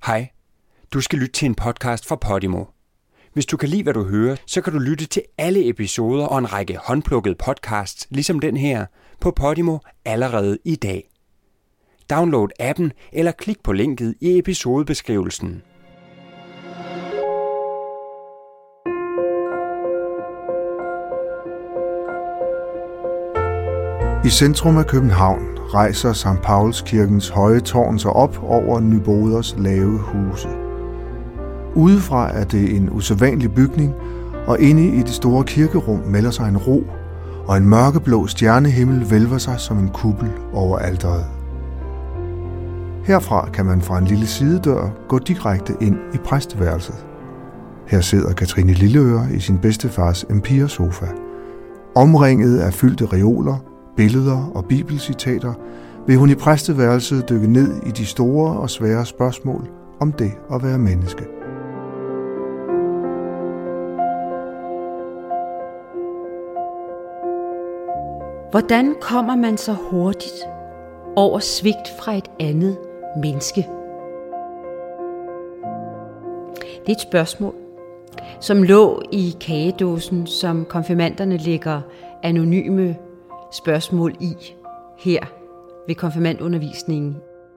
Hej, du skal lytte til en podcast fra Podimo. Hvis du kan lide, hvad du hører, så kan du lytte til alle episoder og en række håndplukkede podcasts, ligesom den her, på Podimo allerede i dag. Download appen eller klik på linket i episodebeskrivelsen. I centrum af København rejser St. Pauls Kirkens høje tårn sig op over Nyboders lave huse. Udefra er det en usædvanlig bygning, og inde i det store kirkerum melder sig en ro, og en mørkeblå stjernehimmel hvælver sig som en kuppel over alteret. Herfra kan man fra en lille sidedør gå direkte ind i præsteværelset. Her sidder Katrine Lilleøre i sin bedstefars empire-sofa. Omringet af fyldte reoler, billeder og bibelcitater, vil hun i præsteværelset dykke ned i de store og svære spørgsmål om det at være menneske. Hvordan kommer man så hurtigt over svigt fra et andet menneske? Det er et spørgsmål, som lå i kagedåsen, som konfirmanderne lægger anonyme spørgsmål i her ved konfirmandundervisningen.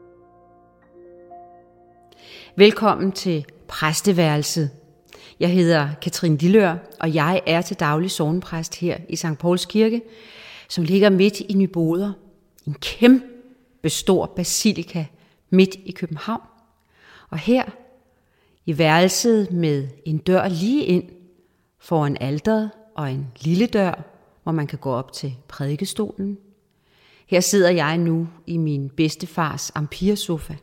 Velkommen til præsteværelset. Jeg hedder Katrine Lilleøre, og jeg er til daglig sognepræst her i St. Pauls Kirke, som ligger midt i Nyboder. En kæmpe stor basilika midt i København. Og her i værelset med en dør lige ind foran alteret og en lille dør, hvor man kan gå op til prædikestolen. Her sidder jeg nu i min bedstefars empire-sofa.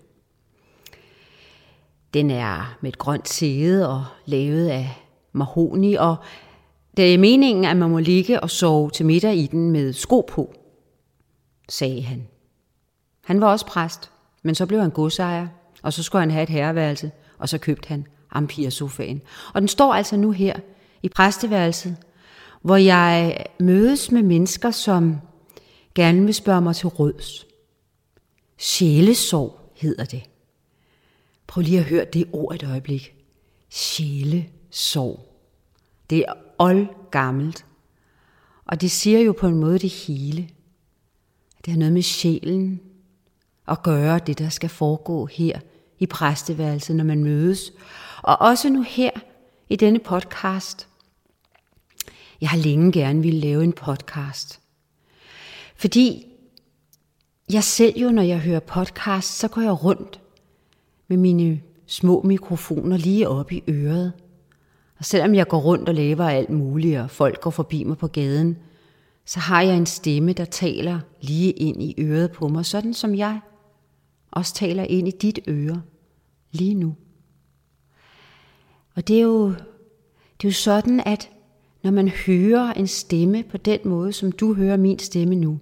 Den er med et grønt sæde og lavet af mahogni, og det er meningen, at man må ligge og sove til middag i den med sko på, sagde han. Han var også præst, men så blev han godsejer, og så skulle han have et herreværelse, og så købte han empire-sofaen. Og den står altså nu her i præsteværelset, hvor jeg mødes med mennesker, som gerne vil spørge mig til råds. Sjælesorg hedder det. Prøv lige at høre det ord et øjeblik. Sjælesorg. Det er oldgammelt. Og det siger jo på en måde det hele. Det har noget med sjælen at gøre, det der skal foregå her i præsteværelset, når man mødes. Og også nu her i denne podcast. Jeg har længe gerne ville lave en podcast. Fordi jeg selv jo, når jeg hører podcast, så går jeg rundt med mine små mikrofoner lige op i øret. Og selvom jeg går rundt og laver alt muligt, og folk går forbi mig på gaden, så har jeg en stemme, der taler lige ind i øret på mig, sådan som jeg også taler ind i dit øre lige nu. Og det er jo sådan, at når man hører en stemme på den måde, som du hører min stemme nu,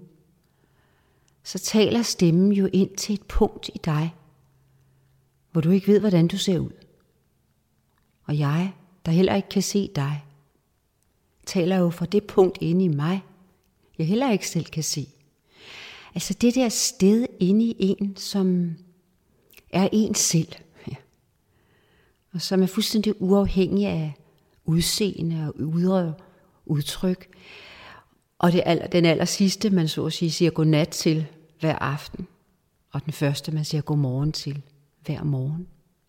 så taler stemmen jo ind til et punkt i dig, hvor du ikke ved, hvordan du ser ud. Og jeg, der heller ikke kan se dig, taler jo fra det punkt inde i mig, jeg heller ikke selv kan se. Altså det der sted inde i en, som er en selv, ja. Og som er fuldstændig uafhængig af udseende og ydre udtryk. Og den aller sidste, man så at sige, siger godnat til hver aften. Og den første, man siger godmorgen til hver morgen.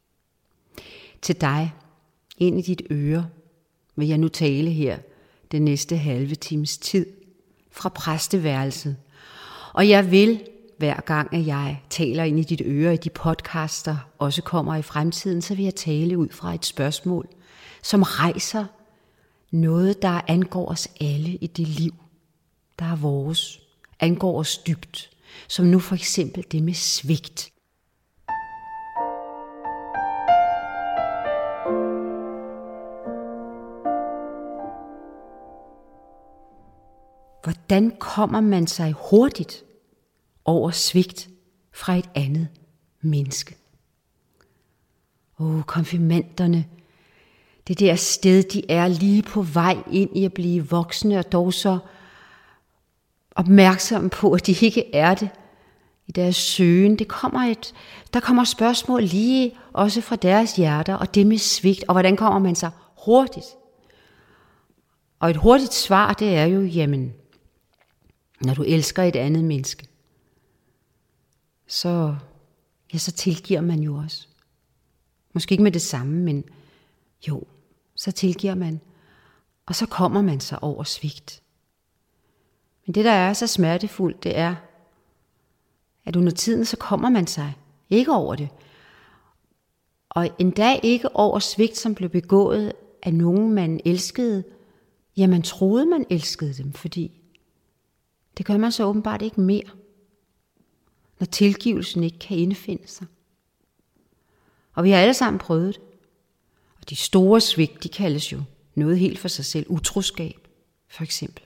Til dig, ind i dit øre, vil jeg nu tale her den næste halve times tid fra præsteværelset. Og jeg vil, hver gang at jeg taler ind i dit øre i de podcaster, også kommer i fremtiden, så vil jeg tale ud fra et spørgsmål, som rejser noget, der angår os alle i det liv, der er vores, angår os dybt, som nu for eksempel det med svigt. Hvordan kommer man sig hurtigt over svigt fra et andet menneske? Konfirmanderne, det der sted, de er lige på vej ind i at blive voksne, og dog så opmærksomme på, at de ikke er det i deres søgen, der kommer spørgsmål lige også fra deres hjerter, og det med svigt, og hvordan kommer man så hurtigt? Og et hurtigt svar, det er jo, jamen, når du elsker et andet menneske, så tilgiver man jo også. Måske ikke med det samme, men jo, så tilgiver man. Og så kommer man så over svigt. Men det, der er så smertefuldt, det er, at under tiden, så kommer man sig ikke over det. Og endda ikke over svigt, som blev begået af nogen, man elskede. Ja, man troede, man elskede dem, fordi det gør man så åbenbart ikke mere, når tilgivelsen ikke kan indfinde sig. Og vi har alle sammen prøvet det. Og de store svigt, de kaldes jo noget helt for sig selv. Utroskab, for eksempel.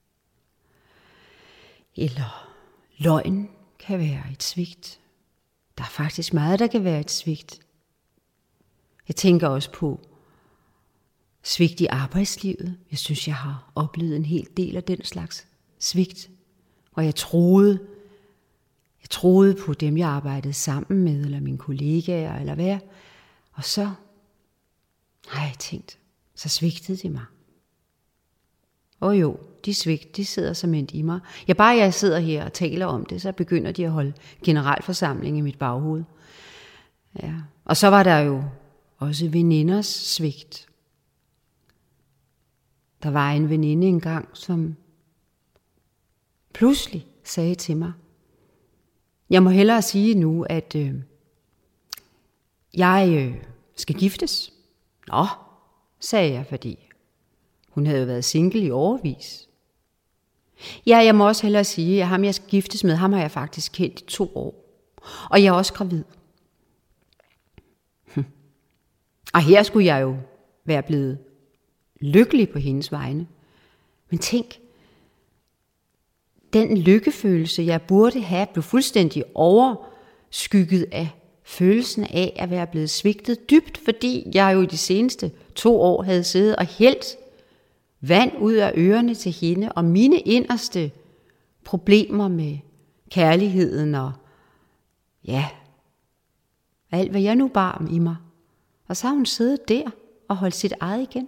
Eller løgn kan være et svigt. Der er faktisk meget, der kan være et svigt. Jeg tænker også på svigt i arbejdslivet. Jeg synes, jeg har oplevet en hel del af den slags svigt. Og jeg troede på dem, jeg arbejdede sammen med, eller mine kollegaer, eller hvad. Og så har jeg tænkt, så svigtede de mig. Og jo, de svigt, de sidder som endt i mig. Ja, bare jeg sidder her og taler om det, så begynder de at holde generalforsamling i mit baghoved. Ja. Og så var der jo også veninders svigt. Der var en veninde engang, som pludselig sagde til mig, jeg må hellere sige nu, at jeg skal giftes. Nå, sagde jeg, fordi hun havde jo været single i årevis. Ja, jeg må også hellere sige, at ham jeg skal giftes med, ham har jeg faktisk kendt i 2 år. Og jeg er også gravid. Og her skulle jeg jo være blevet lykkelig på hendes vegne. Men tænk, den lykkefølelse, jeg burde have, blev fuldstændig overskygget af følelsen af at være blevet svigtet dybt, fordi jeg jo i de seneste 2 år havde siddet og hældt vand ud af ørerne til hende, og mine inderste problemer med kærligheden og ja, alt hvad jeg nu bar i mig. Og så har hun siddet der og holdt sit eget igen.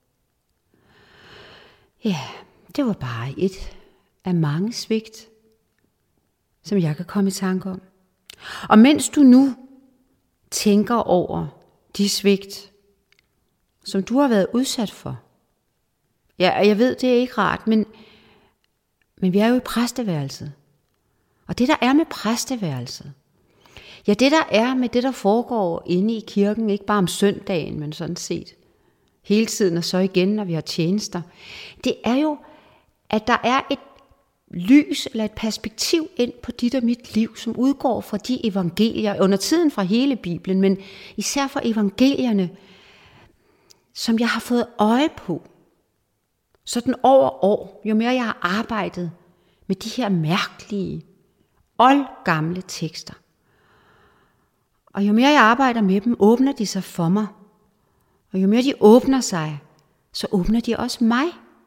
Ja, det var bare et af mange svigt, som jeg kan komme i tanke om. Og mens du nu tænker over de svigt, som du har været udsat for. Ja, jeg ved, det er ikke rart, men vi er jo i præsteværelset. Og det, der er med præsteværelset, ja, det der er med det, der foregår inde i kirken, ikke bare om søndagen, men sådan set hele tiden, og så igen, når vi har tjenester, det er jo, at der er et lys eller et perspektiv ind på dit og mit liv, som udgår fra de evangelier, under tiden fra hele Bibelen, men især fra evangelierne, som jeg har fået øje på. Sådan over år, jo mere jeg har arbejdet med de her mærkelige, oldgamle tekster. Og jo mere jeg arbejder med dem, åbner de sig for mig. Og jo mere de åbner sig, så åbner de også mig.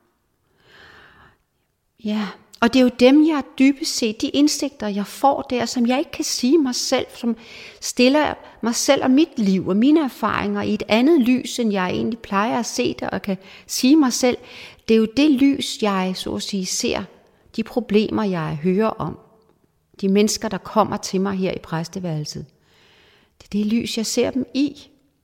Ja, og det er jo dem, jeg dybest set, de indsigter, jeg får der, som jeg ikke kan sige mig selv, som stiller mig selv og mit liv og mine erfaringer i et andet lys, end jeg egentlig plejer at se det, og kan sige mig selv. Det er jo det lys, jeg så at sige ser, de problemer, jeg hører om, de mennesker, der kommer til mig her i præsteværelset. Det er det lys, jeg ser dem i.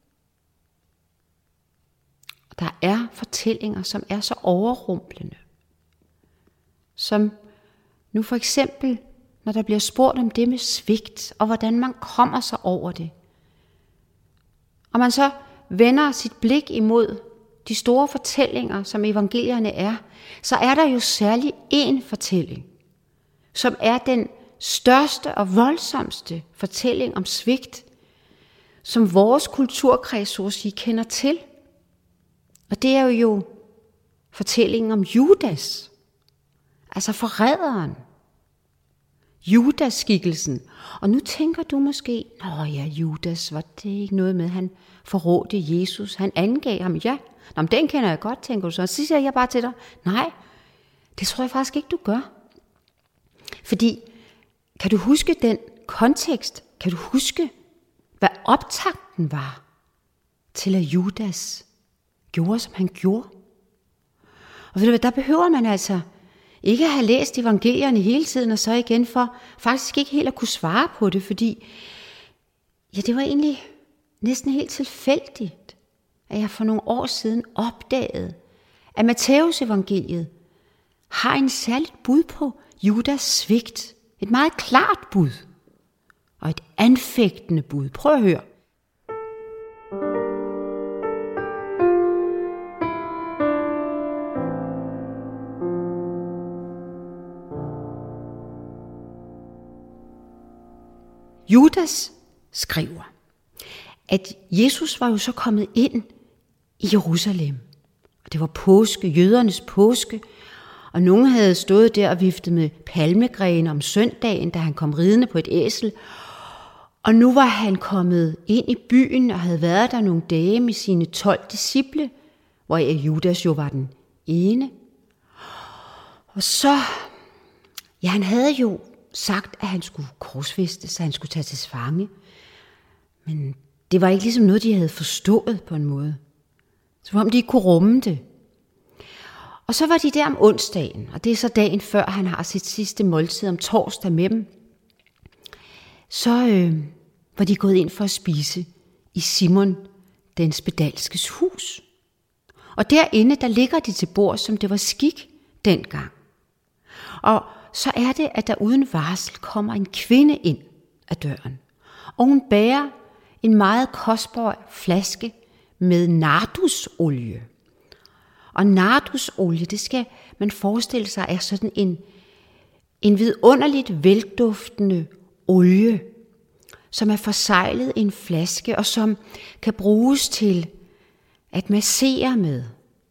Og der er fortællinger, som er så overrumplende. Som nu for eksempel, når der bliver spurgt om det med svigt, og hvordan man kommer sig over det. Og man så vender sit blik imod de store fortællinger, som evangelierne er, så er der jo særlig én fortælling, som er den største og voldsomste fortælling om svigt, som vores kulturkreds, så at sige, kender til. Og det er jo fortællingen om Judas, altså forræderen, Judas-skikkelsen. Og nu tænker du måske, Judas, var det ikke noget med, han forrådte Jesus, han angav ham, ja. Nå, men den kender jeg godt, tænker du så. Så siger jeg bare til dig, nej, det tror jeg faktisk ikke, du gør. Fordi Kan du huske den kontekst? Kan du huske, hvad optakten var til, at Judas gjorde, som han gjorde? Og ved du hvad, der behøver man altså ikke at have læst evangelierne hele tiden, og så igen for faktisk ikke helt at kunne svare på det, fordi det var egentlig næsten helt tilfældigt, at jeg for nogle år siden opdagede, at Matthæus evangeliet har en særligt bud på Judas svigt. Et meget klart bud. Og et anfægtende bud. Prøv at høre. Judas skriver, at Jesus var jo så kommet ind i Jerusalem. Og det var påske, jødernes påske, og nogen havde stået der og viftet med palmegrene om søndagen, da han kom ridende på et æsel. Og nu var han kommet ind i byen og havde været der nogle dage med sine 12 disciple, hvor Judas jo var den ene. Og så, han havde jo sagt, at han skulle korsfæstes, så han skulle tage til fange. Men det var ikke ligesom noget, de havde forstået på en måde. Som om de ikke kunne rumme det. Og så var de der om onsdagen, og det er så dagen før han har sit sidste måltid om torsdag med dem. Så var de gået ind for at spise i Simon den spedalskes hus. Og derinde, der ligger de til bord, som det var skik dengang. Og så er det, at der uden varsel kommer en kvinde ind ad døren. Og hun bærer en meget kostbar flaske med nardusolie. Og nardusolie, det skal man forestille sig, er sådan en vidunderligt velduftende olie, som er forseglet i en flaske, og som kan bruges til at massere med.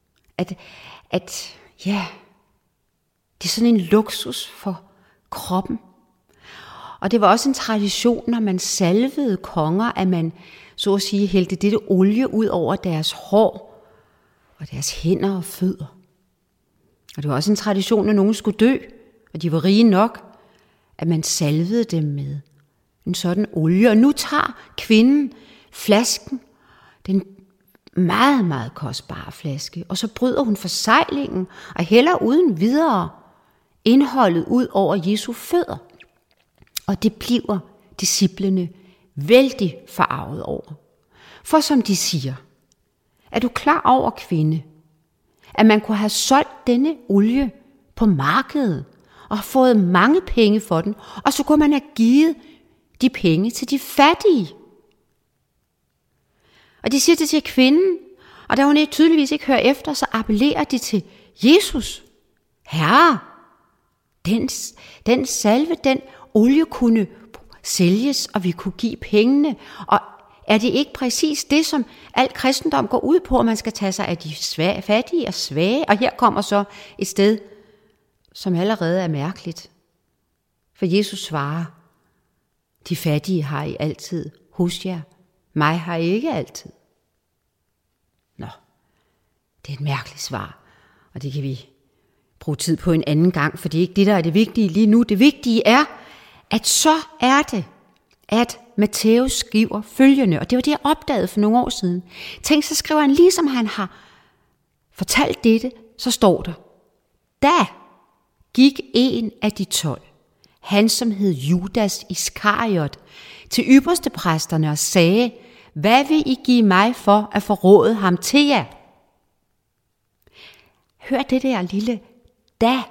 Det er sådan en luksus for kroppen. Og det var også en tradition, når man salvede konger, at man så at sige hældte dette olie ud over deres hår og deres hænder og fødder. Og det var også en tradition, når nogen skulle dø, og de var rige nok, at man salvede dem med en sådan olie. Og nu tager kvinden flasken, den meget, meget kostbare flaske, og så bryder hun forseglingen og hælder uden videre indholdet ud over Jesu fødder. Og det bliver disciplene vældig forarvet over. For som de siger, er du klar over, kvinde, at man kunne have solgt denne olie på markedet og have fået mange penge for den, og så kunne man have givet de penge til de fattige. Og de siger det til kvinden, og da hun tydeligvis ikke hører efter, så appellerer de til Jesus. Herre, den salve, den olie kunne sælges, og vi kunne give pengene. Og er det ikke præcis det, som al kristendom går ud på, at man skal tage sig af de fattige og svage? Og her kommer så et sted, som allerede er mærkeligt. For Jesus svarer, de fattige har I altid hos jer, mig har I ikke altid. Nå, det er et mærkeligt svar, og det kan vi bruge tid på en anden gang, for det er ikke det, der er det vigtige lige nu. Det vigtige er, at så er det, at Matthæus skriver følgende, og det var det, jeg opdagede for nogle år siden. Tænk, så skriver han, ligesom han har fortalt dette, så står der, da gik en af de 12, han som hed Judas Iskariot, til ypperstepræsterne og sagde, hvad vil I give mig for at forråde ham til jer? Hør det der lille da.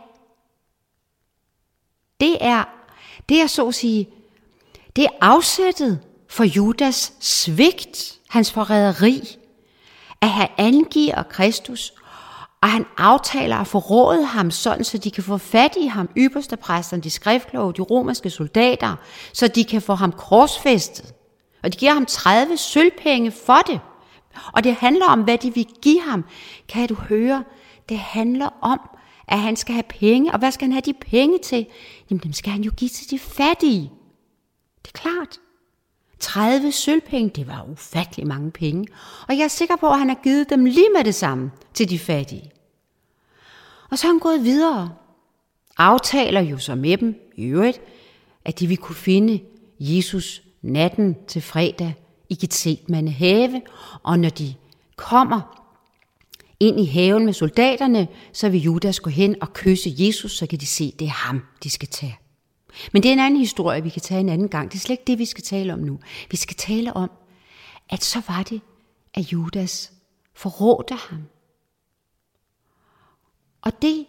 Det er så at sige, det er afsættet for Judas svigt, hans forræderi, at han angiver Kristus, og han aftaler at forråde ham sådan, så de kan få fat i ham, ypperstepræsterne, de skriftkloge, de romerske soldater, så de kan få ham korsfæstet. Og de giver ham 30 sølvpenge for det. Og det handler om, hvad de vil give ham. Kan du høre? Det handler om, at han skal have penge. Og hvad skal han have de penge til? Jamen, dem skal han jo give til de fattige. Det er klart. 30 sølvpenge, det var ufattelig mange penge. Og jeg er sikker på, at han har givet dem lige med det samme til de fattige. Og så er han gået videre. Aftaler jo så med dem, i øvrigt, at de ville kunne finde Jesus natten til fredag i Getsemane have, og når de kommer ind i haven med soldaterne, så vil Judas gå hen og kysse Jesus, så kan de se, det er ham, de skal tage. Men det er en anden historie, vi kan tage en anden gang. Det er slet ikke det, vi skal tale om nu. Vi skal tale om, at så var det, at Judas forrådte ham. Og det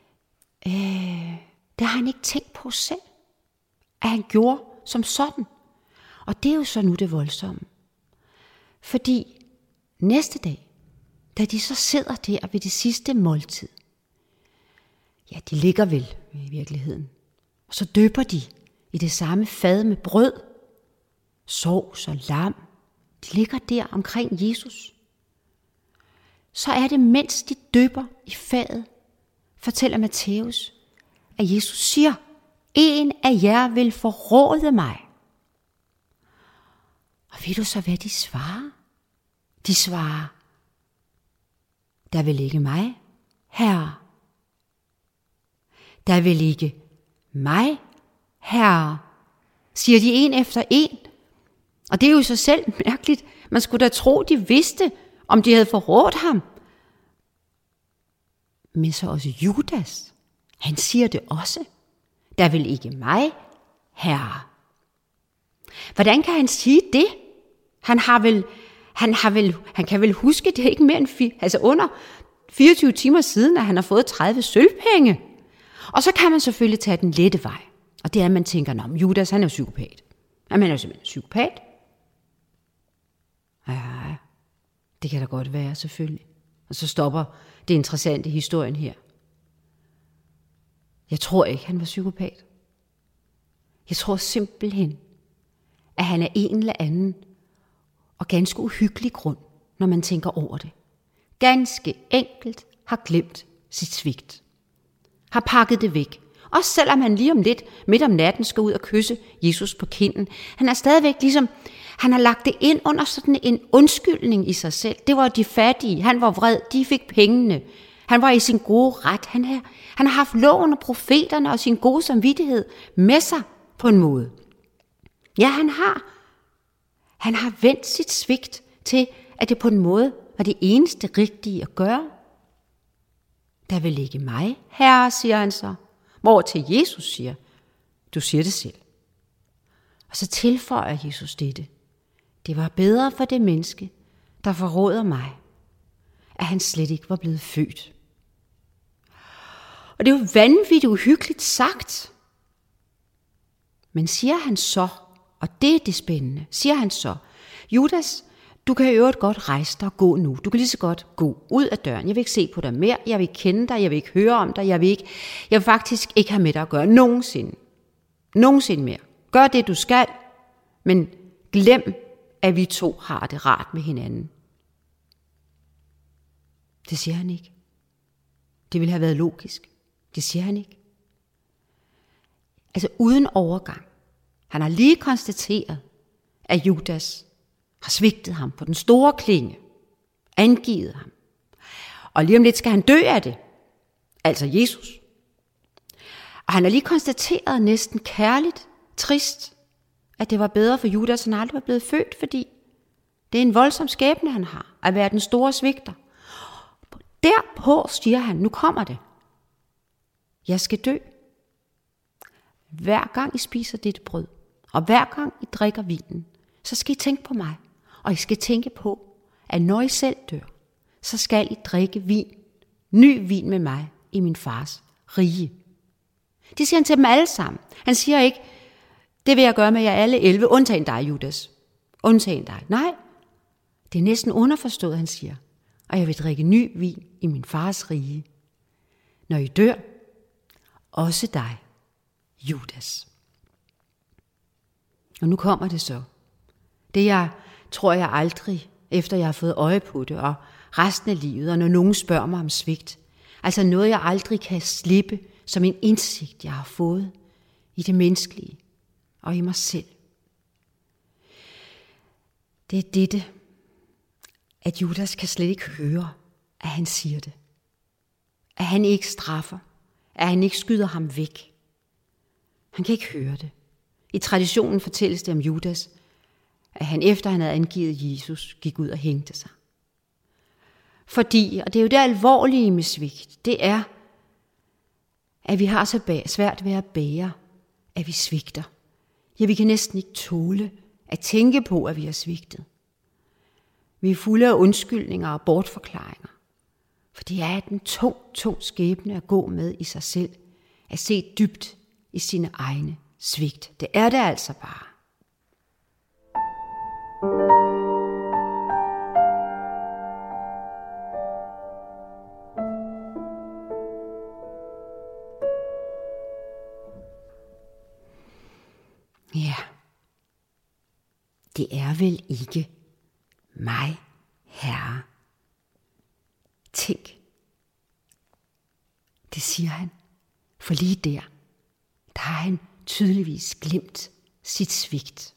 har han ikke tænkt på selv, at han gjorde som sådan. Og det er jo så nu det voldsomme. Fordi næste dag, da de så sidder der ved det sidste måltid, ja, de ligger vel i virkeligheden, og så døber de i det samme fad med brød, sovs og lam. De ligger der omkring Jesus. Så er det, mens de døber i fadet, fortæller Matthæus, at Jesus siger, en af jer vil forråde mig. Og ved du så, hvad de svarer? De svarer, der vil ikke mig, Herre. Der vil ikke mig, Herre, siger de en efter en. Og det er jo så selv mærkeligt. Man skulle da tro, de vidste, om de havde forrådt ham. Men så også Judas, han siger det også. Der vil ikke mig, Herre. Hvordan kan han sige det? Han kan vel huske, det er ikke mere end under 24 timer siden, at han har fået 30 sølvpenge. Og så kan man selvfølgelig tage den lette vej. Og det er, at man tænker, Judas, han er jo psykopat. Han er jo simpelthen psykopat. Ja, det kan da godt være, selvfølgelig. Og så stopper det interessante i historien her. Jeg tror ikke, han var psykopat. Jeg tror simpelthen, at han er en eller anden og ganske uhyggelig grund, når man tænker over det. Ganske enkelt har glemt sit svigt. Har pakket det væk. Også selvom han lige om lidt, midt om natten, skal ud og kysse Jesus på kinden. Han er stadigvæk ligesom, han har lagt det ind under sådan en undskyldning i sig selv. Det var de fattige. Han var vred. De fik pengene. Han var i sin gode ret. Han har haft loven og profeterne og sin gode samvittighed med sig på en måde. Ja, han har vendt sit svigt til, at det på en måde var det eneste rigtige at gøre. Der vil ikke mig, Herre, siger han så. Hvor til Jesus siger, du siger det selv. Og så tilføjer Jesus dette. Det var bedre for det menneske, der forråder mig, at han slet ikke var blevet født. Og det er jo vanvittigt uhyggeligt sagt. Men siger han så, og det er det spændende, siger han så, Judas, du kan i øvrigt godt rejse dig og gå nu. Du kan lige så godt gå ud af døren. Jeg vil ikke se på dig mere. Jeg vil ikke kende dig. Jeg vil ikke høre om dig. Jeg vil faktisk ikke have med dig at gøre nogensinde. Nogensinde mere. Gør det, du skal, men glem, at vi to har det rart med hinanden. Det siger han ikke. Det ville have været logisk. Det siger han ikke. Altså uden overgang. Han har lige konstateret, at Judas har svigtet ham på den store klinge, angivet ham. Og lige om lidt skal han dø af det, altså Jesus. Og han har lige konstateret næsten kærligt, trist, at det var bedre for Judas, at han aldrig var blevet født, fordi det er en voldsom skæbne, han har, at være den store svigter. Derpå siger han, nu kommer det. Jeg skal dø. Hver gang I spiser dette brød, og hver gang I drikker vinen, så skal I tænke på mig. Og I skal tænke på, at når I selv dør, så skal I drikke vin, ny vin med mig i min fars rige. Det siger han til dem alle sammen. Han siger ikke, det vil jeg gøre med jer alle 11, undtagen dig, Judas. Undtagen dig. Nej, det er næsten underforstået, han siger. Og jeg vil drikke ny vin i min fars rige. Når I dør, også dig, Judas. Og nu kommer det så. Det jeg tror jeg aldrig, efter jeg har fået øje på det, og resten af livet, og når nogen spørger mig om svigt, altså noget jeg aldrig kan slippe, som en indsigt, jeg har fået i det menneskelige og i mig selv. Det er dette, at Judas kan slet ikke høre, at han siger det. At han ikke straffer, at han ikke skyder ham væk. Han kan ikke høre det. I traditionen fortælles det om Judas, at han efter han havde angivet Jesus, gik ud og hængte sig. Fordi, og det er jo det alvorlige med svigt, det er, at vi har så svært ved at bære, at vi svigter. Ja, vi kan næsten ikke tåle at tænke på, at vi har svigtet. Vi er fulde af undskyldninger og bortforklaringer. For det er en tung skæbne at gå med i sig selv, at se dybt i sine egne svigt. Det er det altså bare. Ja, det er vel ikke mig, Herre. Tænk, det siger han, for lige der har han tydeligvis glemt sit svigt.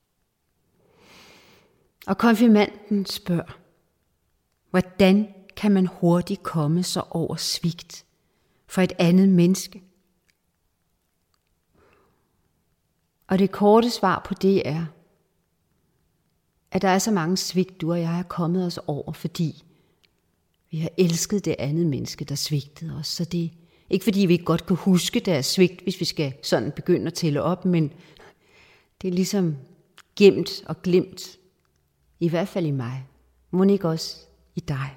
Og konfirmanden spørger, hvordan kan man hurtigt komme så over svigt for et andet menneske? Og det korte svar på det er, at der er så mange svigt, du og jeg er kommet os over, fordi vi har elsket det andet menneske, der svigtede os. Så det er ikke fordi, vi ikke godt kan huske deres svigt, hvis vi skal sådan begynde at tælle op, men det er ligesom gemt og glemt, i hvert fald i mig, må ikke også i dig.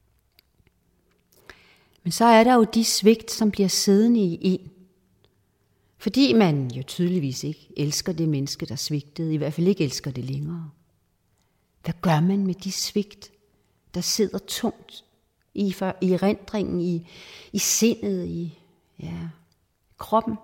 Men så er der jo de svigt, som bliver siddende i en, fordi man jo tydeligvis ikke elsker det menneske, der svigtede, i hvert fald ikke elsker det længere. Hvad gør man med de svigt, der sidder tungt i erindringen, i sindet, i kroppen?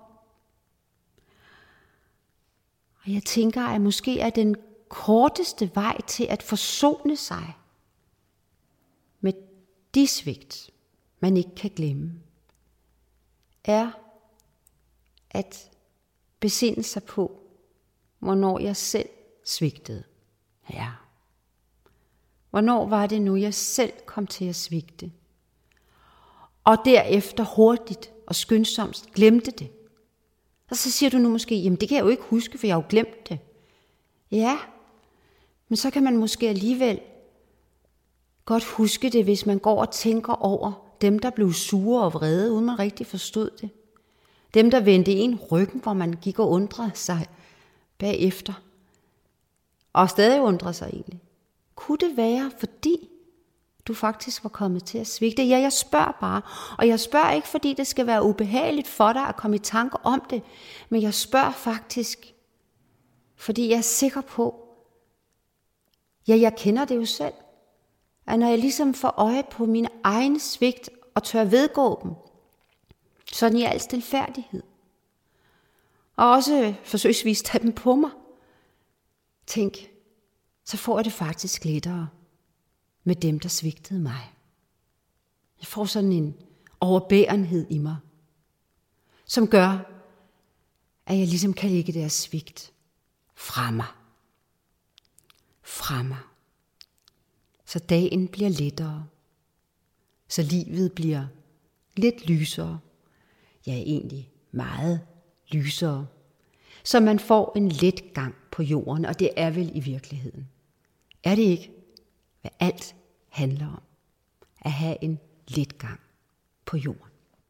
Og jeg tænker, at måske er den korteste vej til at forsone sig med de svigt, man ikke kan glemme, er at besinde sig på, hvornår jeg selv svigtede. Ja. Hvornår var det nu, jeg selv kom til at svigte? Og derefter hurtigt og skyndsomt glemte det. Og så siger du nu måske, jamen det kan jeg jo ikke huske, for jeg har jo glemt det. Ja, men så kan man måske alligevel godt huske det, hvis man går og tænker over dem, der blev sure og vrede, uden man rigtig forstod det. Dem, der vendte en ryggen, hvor man gik og undrede sig bagefter. Og stadig undrede sig egentlig. Kunne det være, fordi du faktisk var kommet til at svigte? Ja, jeg spørger bare. Og jeg spørger ikke, fordi det skal være ubehageligt for dig at komme i tanke om det. Men jeg spørger faktisk, fordi jeg er sikker på, ja, jeg kender det jo selv, at når jeg ligesom får øje på mine egne svigt og tør vedgå dem, sådan i al stilfærdighed, og også forsøgsvis tage dem på mig, tænk, så får jeg det faktisk lettere med dem, der svigtede mig. Jeg får sådan en overbærenhed i mig, som gør, at jeg ligesom kan lægge deres svigt fra mig. Fra mig. Så dagen bliver lettere. Så livet bliver lidt lysere. Ja, egentlig meget lysere. Så man får en let gang på jorden, og det er vel i virkeligheden. Er det ikke, hvad alt handler om? At have en let gang på jorden.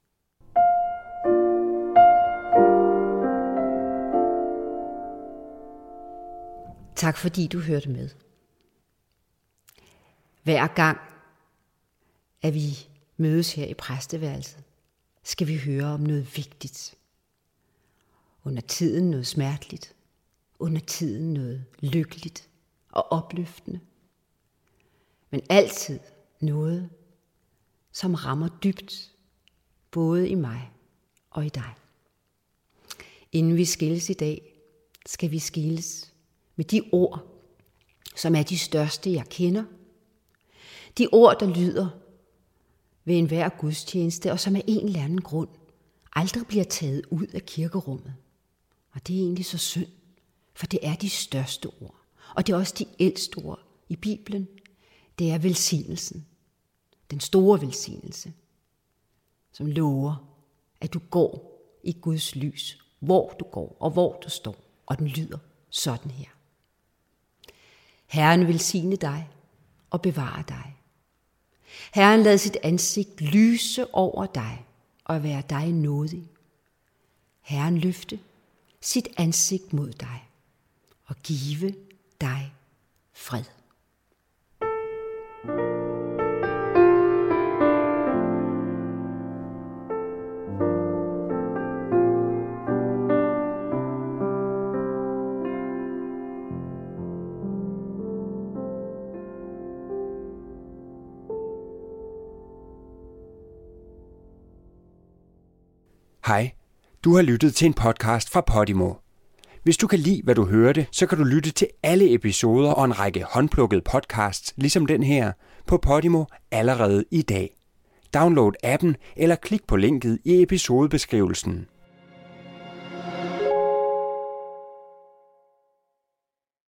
Tak fordi du hørte med. Hver gang, at vi mødes her i præsteværelset, skal vi høre om noget vigtigt. Under tiden noget smerteligt, under tiden noget lykkeligt og opløftende. Men altid noget, som rammer dybt, både i mig og i dig. Inden vi skilles i dag, skal vi skilles med de ord, som er de største, jeg kender. De ord, der lyder ved enhver gudstjeneste, og som af en eller anden grund aldrig bliver taget ud af kirkerummet. Og det er egentlig så synd, for det er de største ord. Og det er også de ældste ord i Bibelen. Det er velsignelsen. Den store velsignelse, som lover, at du går i Guds lys, hvor du går og hvor du står. og den lyder sådan her. Herren velsigne dig og bevare dig. Herren lad sit ansigt lyse over dig og være dig nådig. Herren løfte sit ansigt mod dig og give dig fred. Hej, du har lyttet til en podcast fra Podimo. Hvis du kan lide, hvad du hørte, så kan du lytte til alle episoder og en række håndplukkede podcasts, ligesom den her, på Podimo allerede i dag. Download appen eller klik på linket i episodebeskrivelsen.